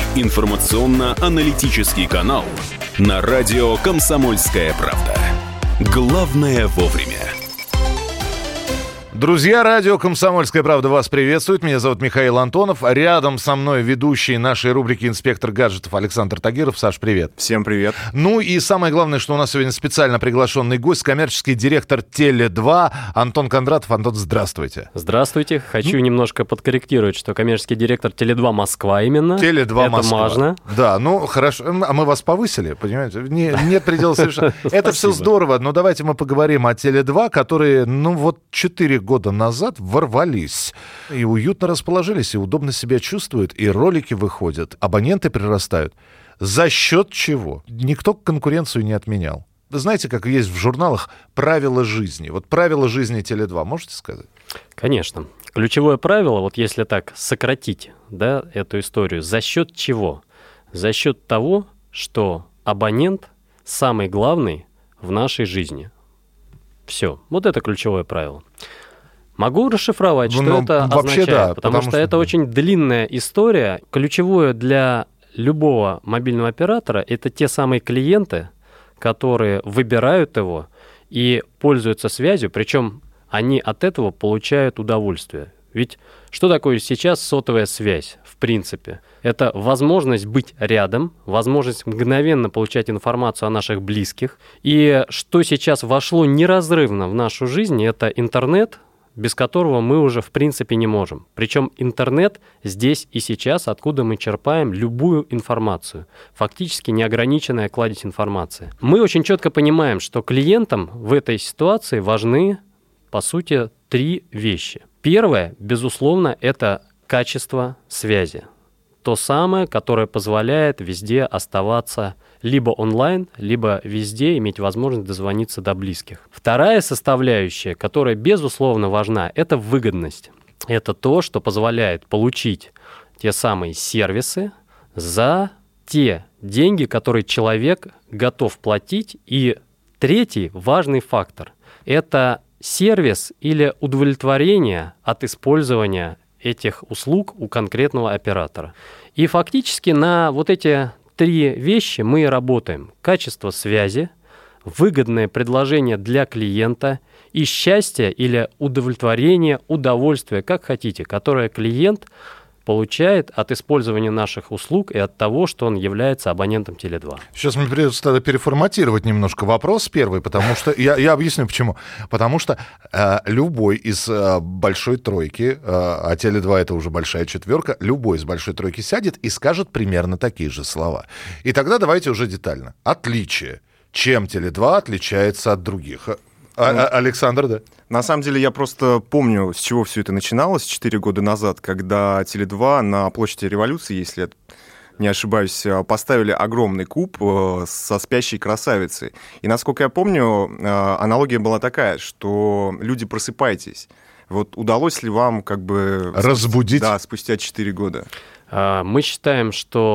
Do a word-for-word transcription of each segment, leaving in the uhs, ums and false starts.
Информационно-аналитический канал на радио «Комсомольская правда». Главное вовремя. Друзья, радио «Комсомольская правда» вас приветствует. Меня зовут Михаил Антонов. Рядом со мной ведущий нашей рубрики «Инспектор гаджетов» Александр Тагиров. Саш, привет. Всем привет. Ну и самое главное, что у нас сегодня специально приглашенный гость, коммерческий директор Теле два Антон Кондратов. Антон, здравствуйте. Здравствуйте. Хочу ну... немножко подкорректировать, что коммерческий директор Теле два Москва именно. Теле два Это Москва. важно. Да, ну хорошо. А мы вас повысили, понимаете? Не, нет предела совершенно. Это все здорово, но давайте мы поговорим о Теле два, которые, ну вот, четыре года назад ворвались и уютно расположились, и удобно себя чувствуют, и ролики выходят, абоненты прирастают. За счет чего? Никто конкуренцию не отменял. Вы знаете, как есть в журналах правила жизни? Вот правила жизни Теле два, можете сказать? Конечно. Ключевое правило, вот если так сократить, да, эту историю, за счет чего? За счет того, что абонент самый главный в нашей жизни. Все. Вот это ключевое правило. Могу расшифровать, что ну, это вообще означает, да, потому, потому что, что это очень длинная история. Ключевое для любого мобильного оператора – это те самые клиенты, которые выбирают его и пользуются связью, причем они от этого получают удовольствие. Ведь что такое сейчас сотовая связь, в принципе? Это возможность быть рядом, возможность мгновенно получать информацию о наших близких. И что сейчас вошло неразрывно в нашу жизнь, это интернет, без которого мы уже в принципе не можем. Причем интернет здесь и сейчас, откуда мы черпаем любую информацию. Фактически неограниченная кладезь информации. Мы очень четко понимаем, что клиентам в этой ситуации важны, по сути, три вещи. Первое, безусловно, это качество связи. То самое, которое позволяет везде оставаться либо онлайн, либо везде иметь возможность дозвониться до близких. Вторая составляющая, которая безусловно важна, это выгодность. Это то, что позволяет получить те самые сервисы за те деньги, которые человек готов платить. И третий важный фактор – это сервис или удовлетворение от использования этих услуг у конкретного оператора. И фактически на вот эти три вещи мы и работаем. Качество связи, выгодное предложение для клиента и счастье или удовлетворение, удовольствие, как хотите, которое клиент получает от использования наших услуг и от того, что он является абонентом Теле два. Сейчас мне придется тогда переформатировать немножко вопрос первый, потому что я, я объясню почему. Потому что э, любой из э, большой тройки, э, а Теле два это уже большая четверка, любой из большой тройки сядет и скажет примерно такие же слова. И тогда давайте уже детально. Отличие. Чем Теле два отличается от других? А, а, Александр, да? На самом деле, я просто помню, с чего все это начиналось четыре года назад, когда Теле два на площади Революции, если я не ошибаюсь, поставили огромный куб со спящей красавицей. И, насколько я помню, аналогия была такая, что люди, просыпайтесь. Вот удалось ли вам как бы... разбудить? Да, спустя четыре года. Мы считаем,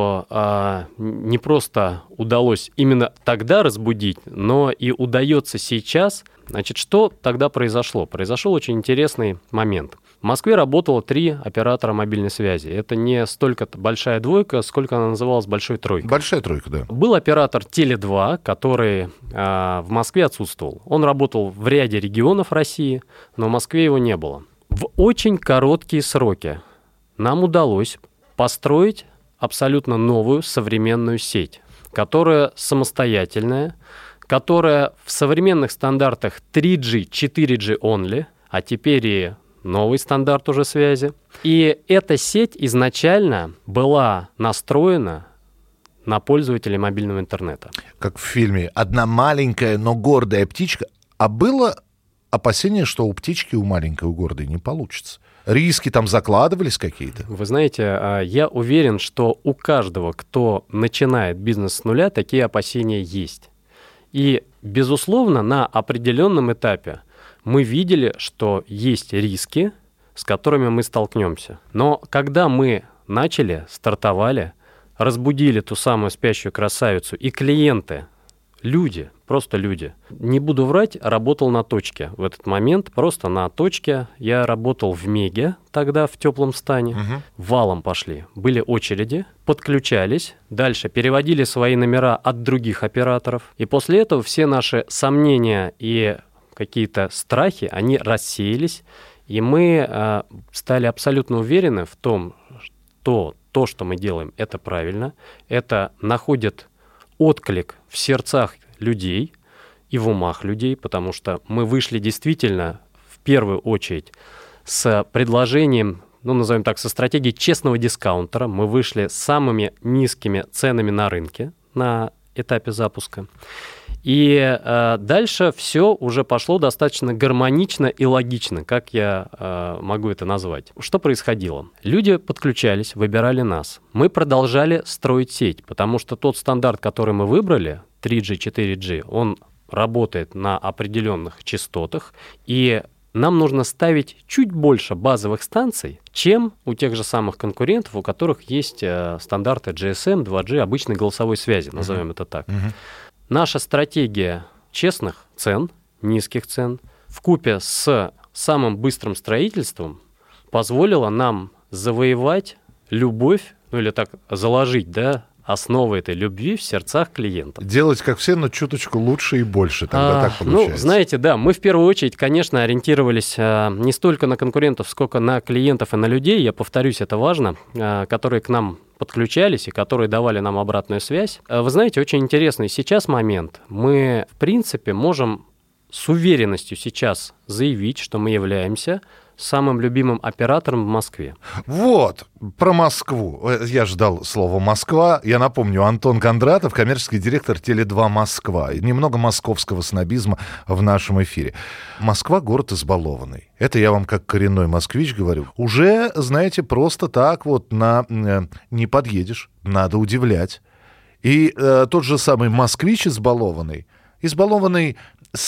что не просто удалось именно тогда разбудить, но и удается сейчас. Значит, что тогда произошло? Произошел очень интересный момент. В Москве работало три оператора мобильной связи. Это не столько большая двойка, сколько она называлась большой тройкой. Большая тройка, да. Был оператор Теле два, который э, в Москве отсутствовал. Он работал в ряде регионов России, но в Москве его не было. В очень короткие сроки нам удалось построить абсолютно новую современную сеть, которая самостоятельная, которая в современных стандартах три джи, четыре джи only, а теперь и новый стандарт уже связи. И эта сеть изначально была настроена на пользователей мобильного интернета. Как в фильме «Одна маленькая, но гордая птичка». А было опасение, что у птички, у маленькой, у гордой не получится? Риски там закладывались какие-то? Вы знаете, я уверен, что у каждого, кто начинает бизнес с нуля, такие опасения есть. И, безусловно, на определенном этапе мы видели, что есть риски, с которыми мы столкнемся. Но когда мы начали, стартовали, разбудили ту самую спящую красавицу, и клиенты, люди просто люди. Не буду врать, работал на точке в этот момент, просто на точке. Я работал в Меге тогда, в теплом стане. Угу. Валом пошли. Были очереди, подключались, дальше переводили свои номера от других операторов. И после этого все наши сомнения и какие-то страхи, они рассеялись. И мы э, стали абсолютно уверены в том, что то, что мы делаем, это правильно. Это находит отклик в сердцах людей и в умах людей, потому что мы вышли действительно в первую очередь с предложением, ну, назовем так, со стратегией честного дискаунтера. Мы вышли с самыми низкими ценами на рынке на этапе запуска. И э, дальше все уже пошло достаточно гармонично и логично, как я э, могу это назвать. Что происходило? Люди подключались, выбирали нас. Мы продолжали строить сеть, потому что тот стандарт, который мы выбрали, три джи, четыре джи, он работает на определенных частотах, и нам нужно ставить чуть больше базовых станций, чем у тех же самых конкурентов, у которых есть э, стандарты джи эс эм, два джи, обычной голосовой связи, назовем uh-huh. это так. Uh-huh. Наша стратегия честных цен, низких цен, вкупе с самым быстрым строительством позволила нам завоевать любовь, ну или так заложить, да, основы этой любви в сердцах клиентов. Делать, как все, но чуточку лучше и больше, тогда а, так получается. Ну, знаете, да, мы в первую очередь, конечно, ориентировались а, не столько на конкурентов, сколько на клиентов и на людей, я повторюсь, это важно, а, которые к нам подключались и которые давали нам обратную связь. А, вы знаете, очень интересный сейчас момент. Мы, в принципе, можем с уверенностью сейчас заявить, что мы являемся самым любимым оператором в Москве. Вот, про Москву. Я ждал слова «Москва». Я напомню, Антон Кондратов, коммерческий директор Теле два Москва. Немного московского снобизма в нашем эфире. Москва — город избалованный. Это я вам как коренной москвич говорю. Уже, знаете, просто так вот на, э, не подъедешь. Надо удивлять. И э, тот же самый москвич избалованный, избалованный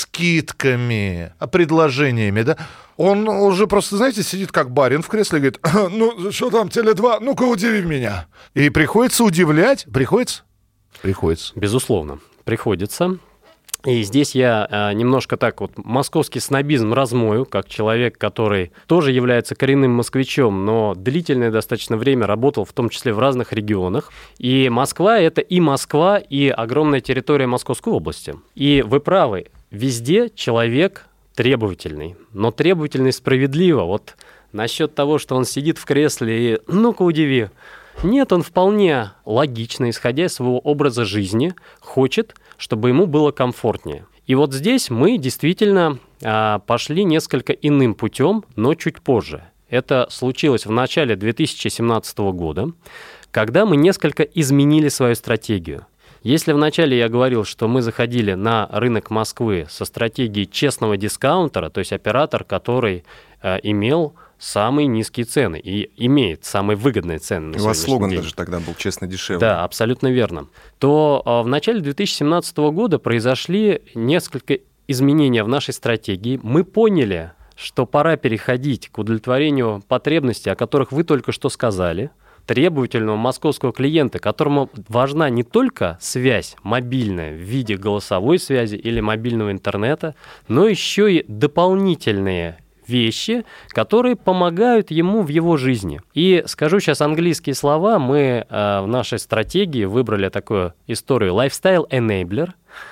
скидками, предложениями, да, он уже просто, знаете, сидит как барин в кресле и говорит: ну, что там, Теле два, ну-ка удиви меня. И приходится удивлять, приходится? Приходится. Безусловно, приходится. И здесь я э, немножко так вот московский снобизм размою, как человек, который тоже является коренным москвичом, но длительное достаточно время работал, в том числе в разных регионах. И Москва — это и Москва, и огромная территория Московской области. И вы правы, везде человек требовательный, но требовательный справедливо. Вот насчет того, что он сидит в кресле и «ну-ка удиви». Нет, он вполне логично, исходя из своего образа жизни, хочет, чтобы ему было комфортнее. И вот здесь мы действительно а, пошли несколько иным путем, но чуть позже. Это случилось в начале две тысячи семнадцатого года, когда мы несколько изменили свою стратегию. Если вначале я говорил, что мы заходили на рынок Москвы со стратегией честного дискаунтера, то есть оператор, который э, имел самые низкие цены и имеет самые выгодные цены на сегодняшний день. У вас слоган день. даже тогда был «Честно дешевле». Да, абсолютно верно. То э, в начале две тысячи семнадцатого года произошли несколько изменений в нашей стратегии. Мы поняли, что пора переходить к удовлетворению потребностей, о которых вы только что сказали, требовательного московского клиента, которому важна не только связь мобильная в виде голосовой связи или мобильного интернета, но еще и дополнительные вещи, которые помогают ему в его жизни. И скажу сейчас английские слова. Мы э, в нашей стратегии выбрали такую историю Lifestyle Enabler.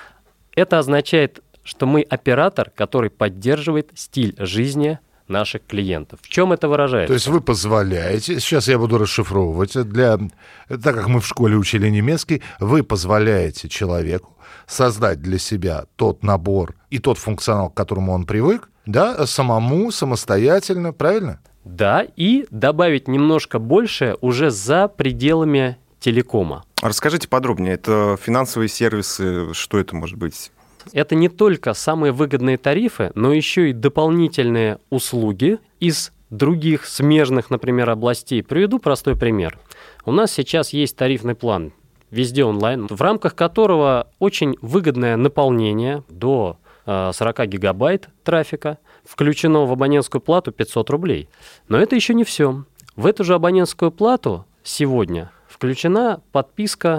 Это означает, что мы оператор, который поддерживает стиль жизни наших клиентов. В чем это выражается? То есть вы позволяете, сейчас я буду расшифровывать, для, так как мы в школе учили немецкий, вы позволяете человеку создать для себя тот набор и тот функционал, к которому он привык, да, самому, самостоятельно, правильно? Да, и добавить немножко больше уже за пределами телекома. Расскажите подробнее, это финансовые сервисы, что это может быть? Это не только самые выгодные тарифы, но еще и дополнительные услуги из других смежных, например, областей. Приведу простой пример. У нас сейчас есть тарифный план «Везде онлайн», в рамках которого очень выгодное наполнение до сорок гигабайт трафика включено в абонентскую плату пятьсот рублей. Но это еще не все. В эту же абонентскую плату сегодня включена подписка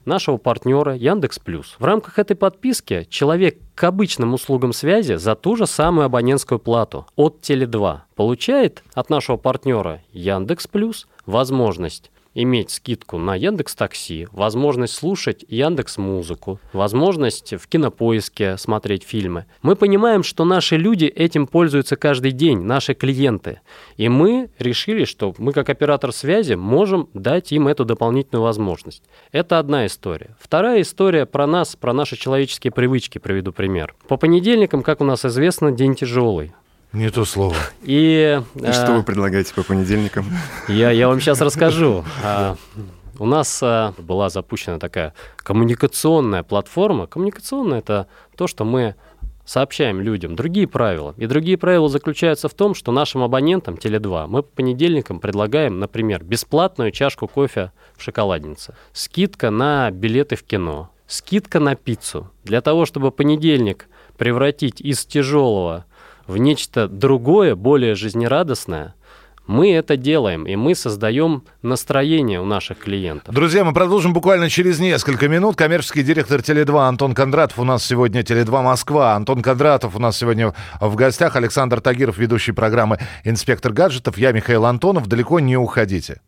нашего партнера Яндекс.Плюс. В рамках этой подписки человек к обычным услугам связи за ту же самую абонентскую плату от Теле два получает от нашего партнера Яндекс.Плюс возможность иметь скидку на Яндекс.Такси, возможность слушать Яндекс.Музыку, возможность в Кинопоиске смотреть фильмы. Мы понимаем, что наши люди этим пользуются каждый день, наши клиенты. И мы решили, что мы как оператор связи можем дать им эту дополнительную возможность. Это одна история. Вторая история про нас, про наши человеческие привычки, приведу пример. По понедельникам, как у нас известно, день тяжелый. Не то слово. И, И что вы предлагаете по понедельникам? Я, я вам сейчас расскажу. А, у нас а, была запущена такая коммуникационная платформа. Коммуникационная – это то, что мы сообщаем людям другие правила. И другие правила заключаются в том, что нашим абонентам Теле два мы по понедельникам предлагаем, например, бесплатную чашку кофе в шоколаднице, скидка на билеты в кино, скидка на пиццу. Для того, чтобы понедельник превратить из тяжелого в нечто другое, более жизнерадостное, мы это делаем, и мы создаем настроение у наших клиентов. Друзья, мы продолжим буквально через несколько минут. Коммерческий директор Теле два Антон Кондратов у нас сегодня, Теле два Москва. Антон Кондратов у нас сегодня в гостях. Александр Тагиров, ведущий программы «Инспектор гаджетов». Я Михаил Антонов. Далеко не уходите.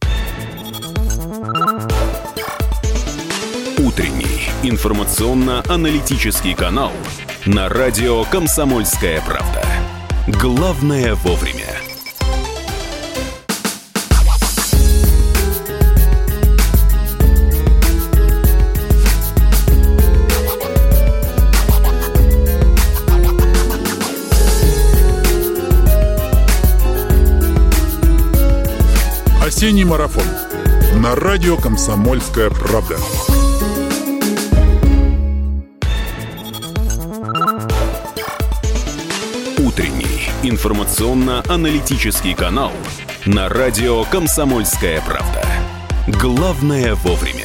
Утренний информационно-аналитический канал на радио «Комсомольская правда». Главное вовремя. Осенний марафон на радио «Комсомольская правда». Утренний информационно-аналитический канал на радио «Комсомольская правда». Главное вовремя.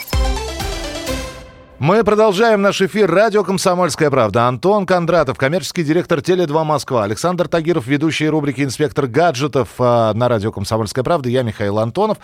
Мы продолжаем наш эфир. Радио «Комсомольская правда». Антон Кондратов, коммерческий директор Теле два Москва. Александр Тагиров, ведущий рубрики «Инспектор гаджетов» на радио «Комсомольская правда». Я Михаил Антонов.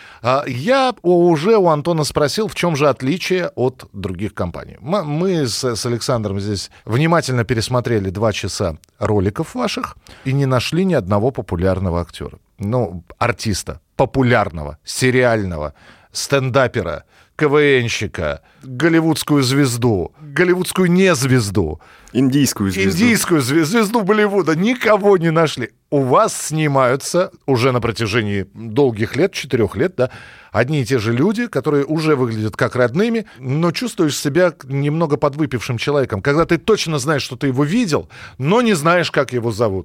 Я уже у Антона спросил, в чем же отличие от других компаний. Мы с, с Александром здесь внимательно пересмотрели два часа роликов ваших и не нашли ни одного популярного актера. Ну, артиста, популярного, сериального, стендапера, КВНщика, голливудскую звезду, голливудскую незвезду. Индийскую звезду. Индийскую звезду, звезду Болливуда. Никого не нашли. У вас снимаются уже на протяжении долгих лет, четырех лет, да, одни и те же люди, которые уже выглядят как родными, но чувствуешь себя немного подвыпившим человеком, когда ты точно знаешь, что ты его видел, но не знаешь, как его зовут.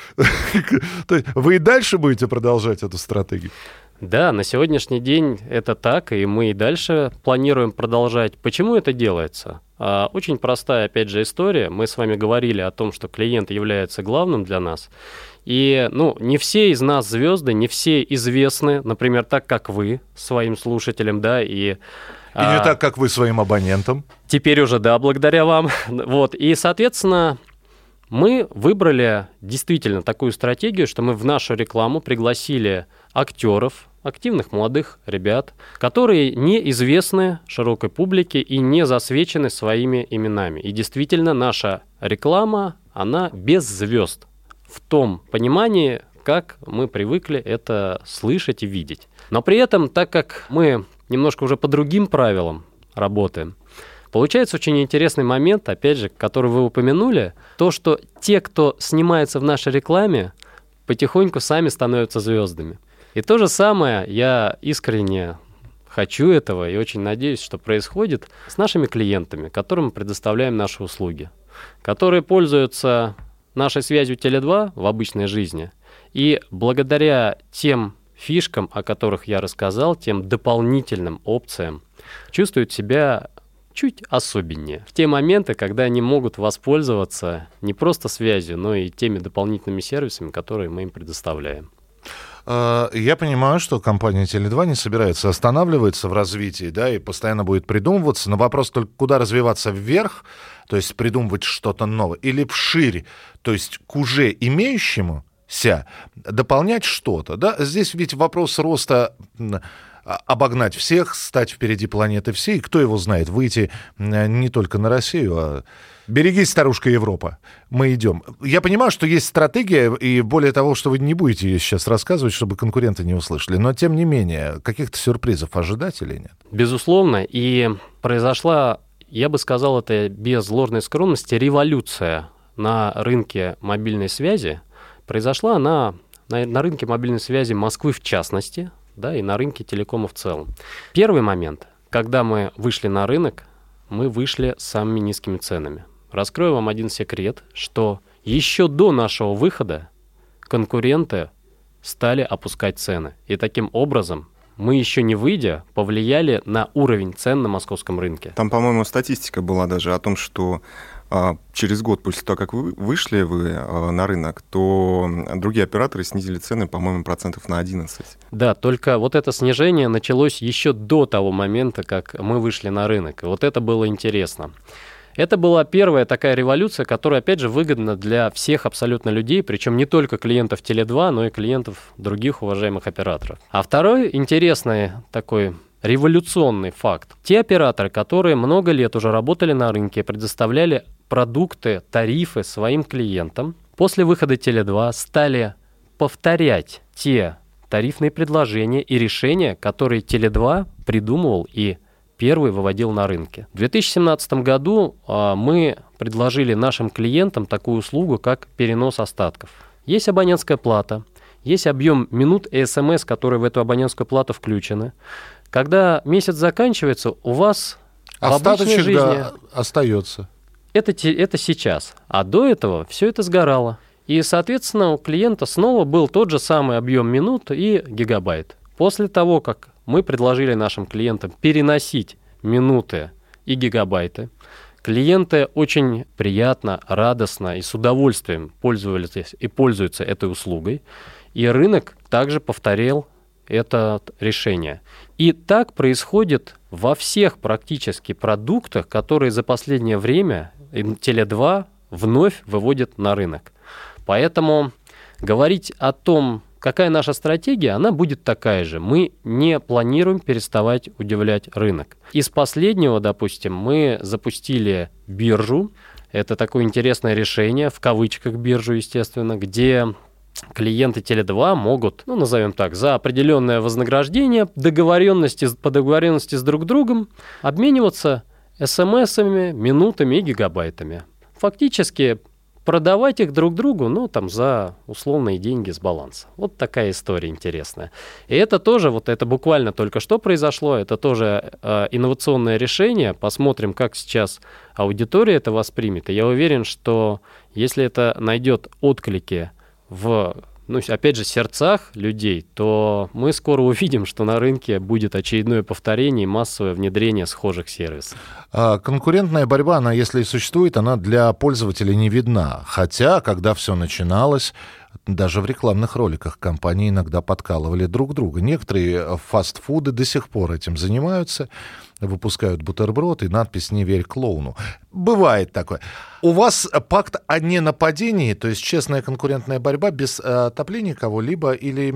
Вы и дальше будете продолжать эту стратегию? Да, на сегодняшний день это так, и мы и дальше планируем продолжать. Почему это делается? А, очень простая, опять же, история. Мы с вами говорили о том, что клиент является главным для нас. И, ну, не все из нас звезды, не все известны, например, так, как вы своим слушателям, да, и... И не так, как вы своим абонентам. Теперь уже, да, благодаря вам. Вот, и, соответственно... Мы выбрали действительно такую стратегию, что мы в нашу рекламу пригласили актеров, активных молодых ребят, которые не известны широкой публике и не засвечены своими именами. И действительно наша реклама, она без звезд в том понимании, как мы привыкли это слышать и видеть. Но при этом, так как мы немножко уже по другим правилам работаем, получается очень интересный момент, опять же, который вы упомянули, то, что те, кто снимается в нашей рекламе, потихоньку сами становятся звездами. И то же самое я искренне хочу этого и очень надеюсь, что происходит с нашими клиентами, которым мы предоставляем наши услуги, которые пользуются нашей связью Теле два в обычной жизни. И благодаря тем фишкам, о которых я рассказал, тем дополнительным опциям, чувствуют себя чуть особеннее. В те моменты, когда они могут воспользоваться не просто связью, но и теми дополнительными сервисами, которые мы им предоставляем. Я понимаю, что компания Теле два не собирается останавливаться в развитии, да, и постоянно будет придумываться. Но вопрос только, куда развиваться вверх, то есть придумывать что-то новое, или вширь, то есть к уже имеющему дополнять что-то. Да? Здесь ведь вопрос роста... обогнать всех, стать впереди планеты всей. Кто его знает, выйти не только на Россию, а... Берегись, старушка Европа, мы идем. Я понимаю, что есть стратегия, и более того, что вы не будете ее сейчас рассказывать, чтобы конкуренты не услышали. Но, тем не менее, каких-то сюрпризов ожидать или нет? Безусловно. И произошла, я бы сказал, это без ложной скромности, революция на рынке мобильной связи. Произошла она на, на рынке мобильной связи Москвы в частности, да, и на рынке телекома в целом. Первый момент, когда мы вышли на рынок, мы вышли с самыми низкими ценами. Раскрою вам один секрет, что еще до нашего выхода конкуренты стали опускать цены. И таким образом мы, еще не выйдя, повлияли на уровень цен на московском рынке. Там, по-моему, статистика была даже о том, что а, через год после того, как вы вышли вы а, на рынок, то другие операторы снизили цены, по-моему, процентов на одиннадцать. Да, только вот это снижение началось еще до того момента, как мы вышли на рынок. И вот это было интересно. Это была первая такая революция, которая, опять же, выгодна для всех абсолютно людей, причем не только клиентов Теле два, но и клиентов других уважаемых операторов. А второй интересный такой революционный факт. Те операторы, которые много лет уже работали на рынке, предоставляли продукты, тарифы своим клиентам, после выхода Теле два стали повторять те тарифные предложения и решения, которые Теле два придумывал и первый выводил на рынке. В две тысячи семнадцатом году а, мы предложили нашим клиентам такую услугу, как перенос остатков. Есть абонентская плата, есть объем минут и смс, которые в эту абонентскую плату включены. Когда месяц заканчивается, у вас остаточек, жизни да, остается. Это, это сейчас. А до этого все это сгорало. И, соответственно, у клиента снова был тот же самый объем минут и гигабайт. После того, как мы предложили нашим клиентам переносить минуты и гигабайты, клиенты очень приятно, радостно и с удовольствием пользовались и пользуются этой услугой. И рынок также повторил это решение. И так происходит во всех практически продуктах, которые за последнее время Теле два вновь выводит на рынок. Поэтому говорить о том, какая наша стратегия, она будет такая же. Мы не планируем переставать удивлять рынок. Из последнего, допустим, мы запустили биржу. Это такое интересное решение, в кавычках биржу, естественно, где клиенты Теле два могут, ну, назовем так, за определенное вознаграждение, договоренности, по договоренности с друг другом обмениваться смс-ами, минутами и гигабайтами. Фактически продавать их друг другу, ну, там, за условные деньги с баланса. Вот такая история интересная. И это тоже, вот это буквально только что произошло, это тоже э, инновационное решение. Посмотрим, как сейчас аудитория это воспримет. И я уверен, что если это найдет отклики в, ну, опять же, сердцах людей, то мы скоро увидим, что на рынке будет очередное повторение и массовое внедрение схожих сервисов. А конкурентная борьба, она, если и существует, она для пользователей не видна. Хотя, когда все начиналось, даже в рекламных роликах компании иногда подкалывали друг друга. Некоторые фастфуды до сих пор этим занимаются, выпускают бутерброд и надпись «Не верь клоуну». Бывает такое. У вас пакт о ненападении, то есть честная конкурентная борьба без э, топления кого-либо, или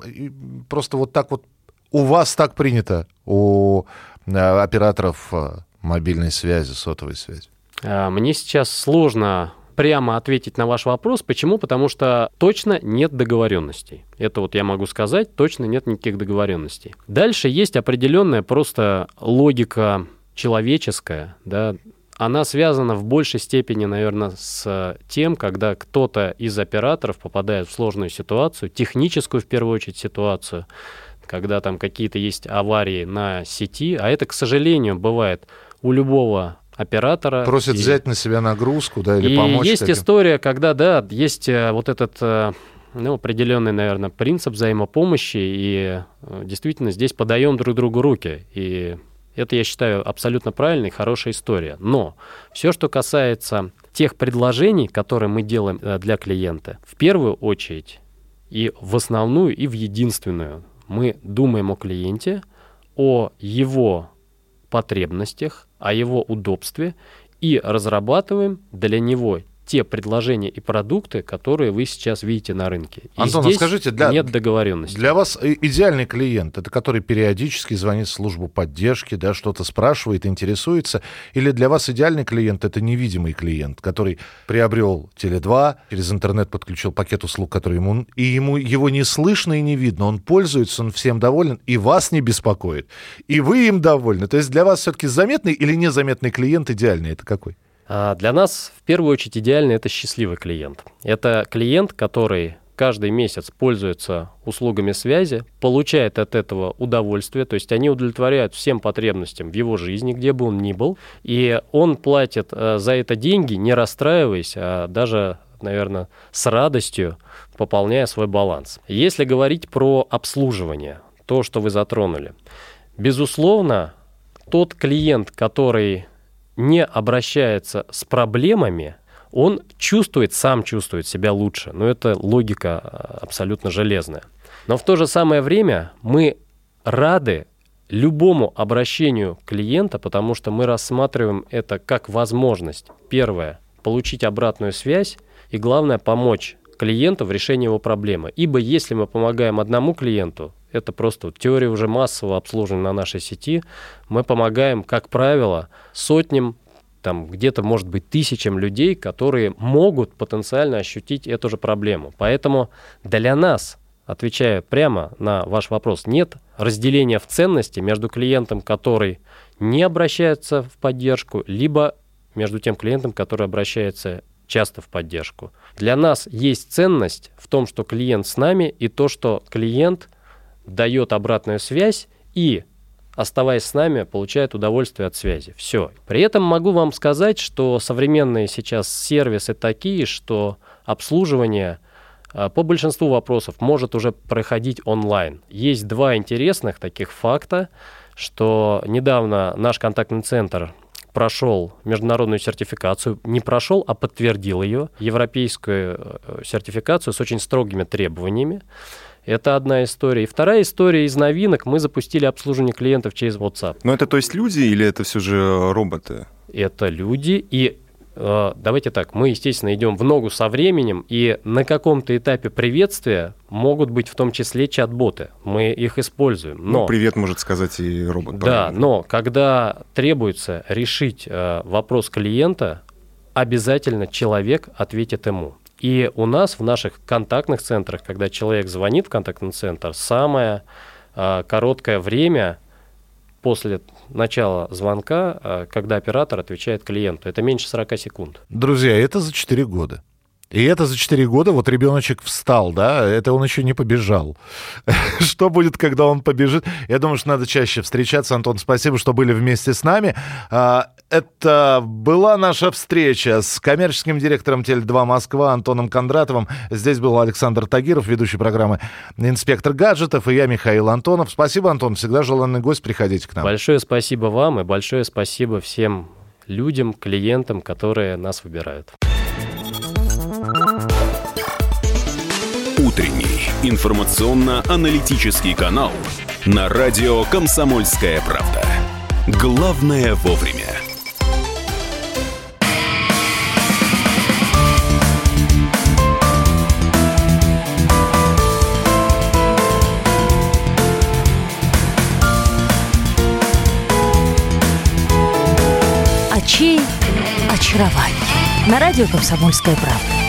м, просто вот так вот у вас так принято, у э, операторов э, мобильной связи, сотовой связи? Мне сейчас сложно прямо ответить на ваш вопрос. Почему? Потому что точно нет договоренностей. Это вот я могу сказать, точно нет никаких договоренностей. Дальше есть определенная просто логика человеческая, да. Она связана в большей степени, наверное, с тем, когда кто-то из операторов попадает в сложную ситуацию, техническую в первую очередь ситуацию, когда там какие-то есть аварии на сети, а это, к сожалению, бывает у любого оператора. Просит и... взять на себя нагрузку, да, или и помочь. Есть этим. История, когда, да, есть вот этот, ну, определенный, наверное, принцип взаимопомощи, и действительно здесь подаем друг другу руки. И это, я считаю, абсолютно правильная и хорошая история. Но все, что касается тех предложений, которые мы делаем для клиента, в первую очередь и в основную, и в единственную, мы думаем о клиенте, о его потребностях, о его удобстве и разрабатываем для него те предложения и продукты, которые вы сейчас видите на рынке. И Антон, здесь скажите, для, нет договоренности. Для вас идеальный клиент — это который периодически звонит в службу поддержки, да, что-то спрашивает, интересуется, или для вас идеальный клиент — это невидимый клиент, который приобрел Теле два, через интернет подключил пакет услуг, который ему, и ему его не слышно и не видно, он пользуется, он всем доволен, и вас не беспокоит, и вы им довольны. То есть для вас все-таки заметный или незаметный клиент идеальный — это какой? Для нас в первую очередь идеально это счастливый клиент. Это клиент, который каждый месяц пользуется услугами связи, получает от этого удовольствие, то есть они удовлетворяют всем потребностям в его жизни, где бы он ни был, и он платит за это деньги, не расстраиваясь, а даже, наверное, с радостью пополняя свой баланс. Если говорить про обслуживание, то, что вы затронули, безусловно, тот клиент, который не обращается с проблемами, он чувствует, сам чувствует себя лучше. Но это логика абсолютно железная. Но в то же самое время мы рады любому обращению клиента, потому что мы рассматриваем это как возможность, первое, получить обратную связь, и главное, помочь клиенту в решении его проблемы. Ибо если мы помогаем одному клиенту, это просто теория уже массового обслуживания на нашей сети, мы помогаем, как правило, сотням, там, где-то, может быть, тысячам людей, которые могут потенциально ощутить эту же проблему. Поэтому для нас, отвечая прямо на ваш вопрос, нет разделения в ценности между клиентом, который не обращается в поддержку, либо между тем клиентом, который обращается часто в поддержку. Для нас есть ценность в том, что клиент с нами, и то, что клиент дает обратную связь и, оставаясь с нами, получает удовольствие от связи. Все. При этом могу вам сказать, что современные сейчас сервисы такие, что обслуживание по большинству вопросов может уже проходить онлайн. Есть два интересных таких факта, что недавно наш контактный центр прошел международную сертификацию, не прошел, а подтвердил ее, европейскую сертификацию с очень строгими требованиями. Это одна история. И вторая история из новинок. Мы запустили обслуживание клиентов через WhatsApp. Но это то есть люди или это все же роботы? Это люди. И э, давайте так, мы, естественно, идем в ногу со временем, и на каком-то этапе приветствия могут быть в том числе чат-боты. Мы их используем. Но, ну, привет может сказать и робот. Да, правильно. Но когда требуется решить э, вопрос клиента, обязательно человек ответит ему. И у нас в наших контактных центрах, когда человек звонит в контактный центр, самое э, короткое время после начала звонка, э, когда оператор отвечает клиенту, это меньше сорок секунд. Друзья, это за четыре года. И это за четыре года вот ребеночек встал, да, это он еще не побежал. Что будет, когда он побежит? Я думаю, что надо чаще встречаться. Антон, спасибо, что были вместе с нами. Это была наша встреча с коммерческим директором Теле два Москва Антоном Кондратовым. Здесь был Александр Тагиров, ведущий программы «Инспектор гаджетов», и я, Михаил Антонов. Спасибо, Антон, всегда желанный гость, приходите к нам. Большое спасибо вам и большое спасибо всем людям, клиентам, которые нас выбирают. Утренний информационно-аналитический канал на радио «Комсомольская правда». Главное вовремя. Очей очарование. На радио «Комсомольская правда».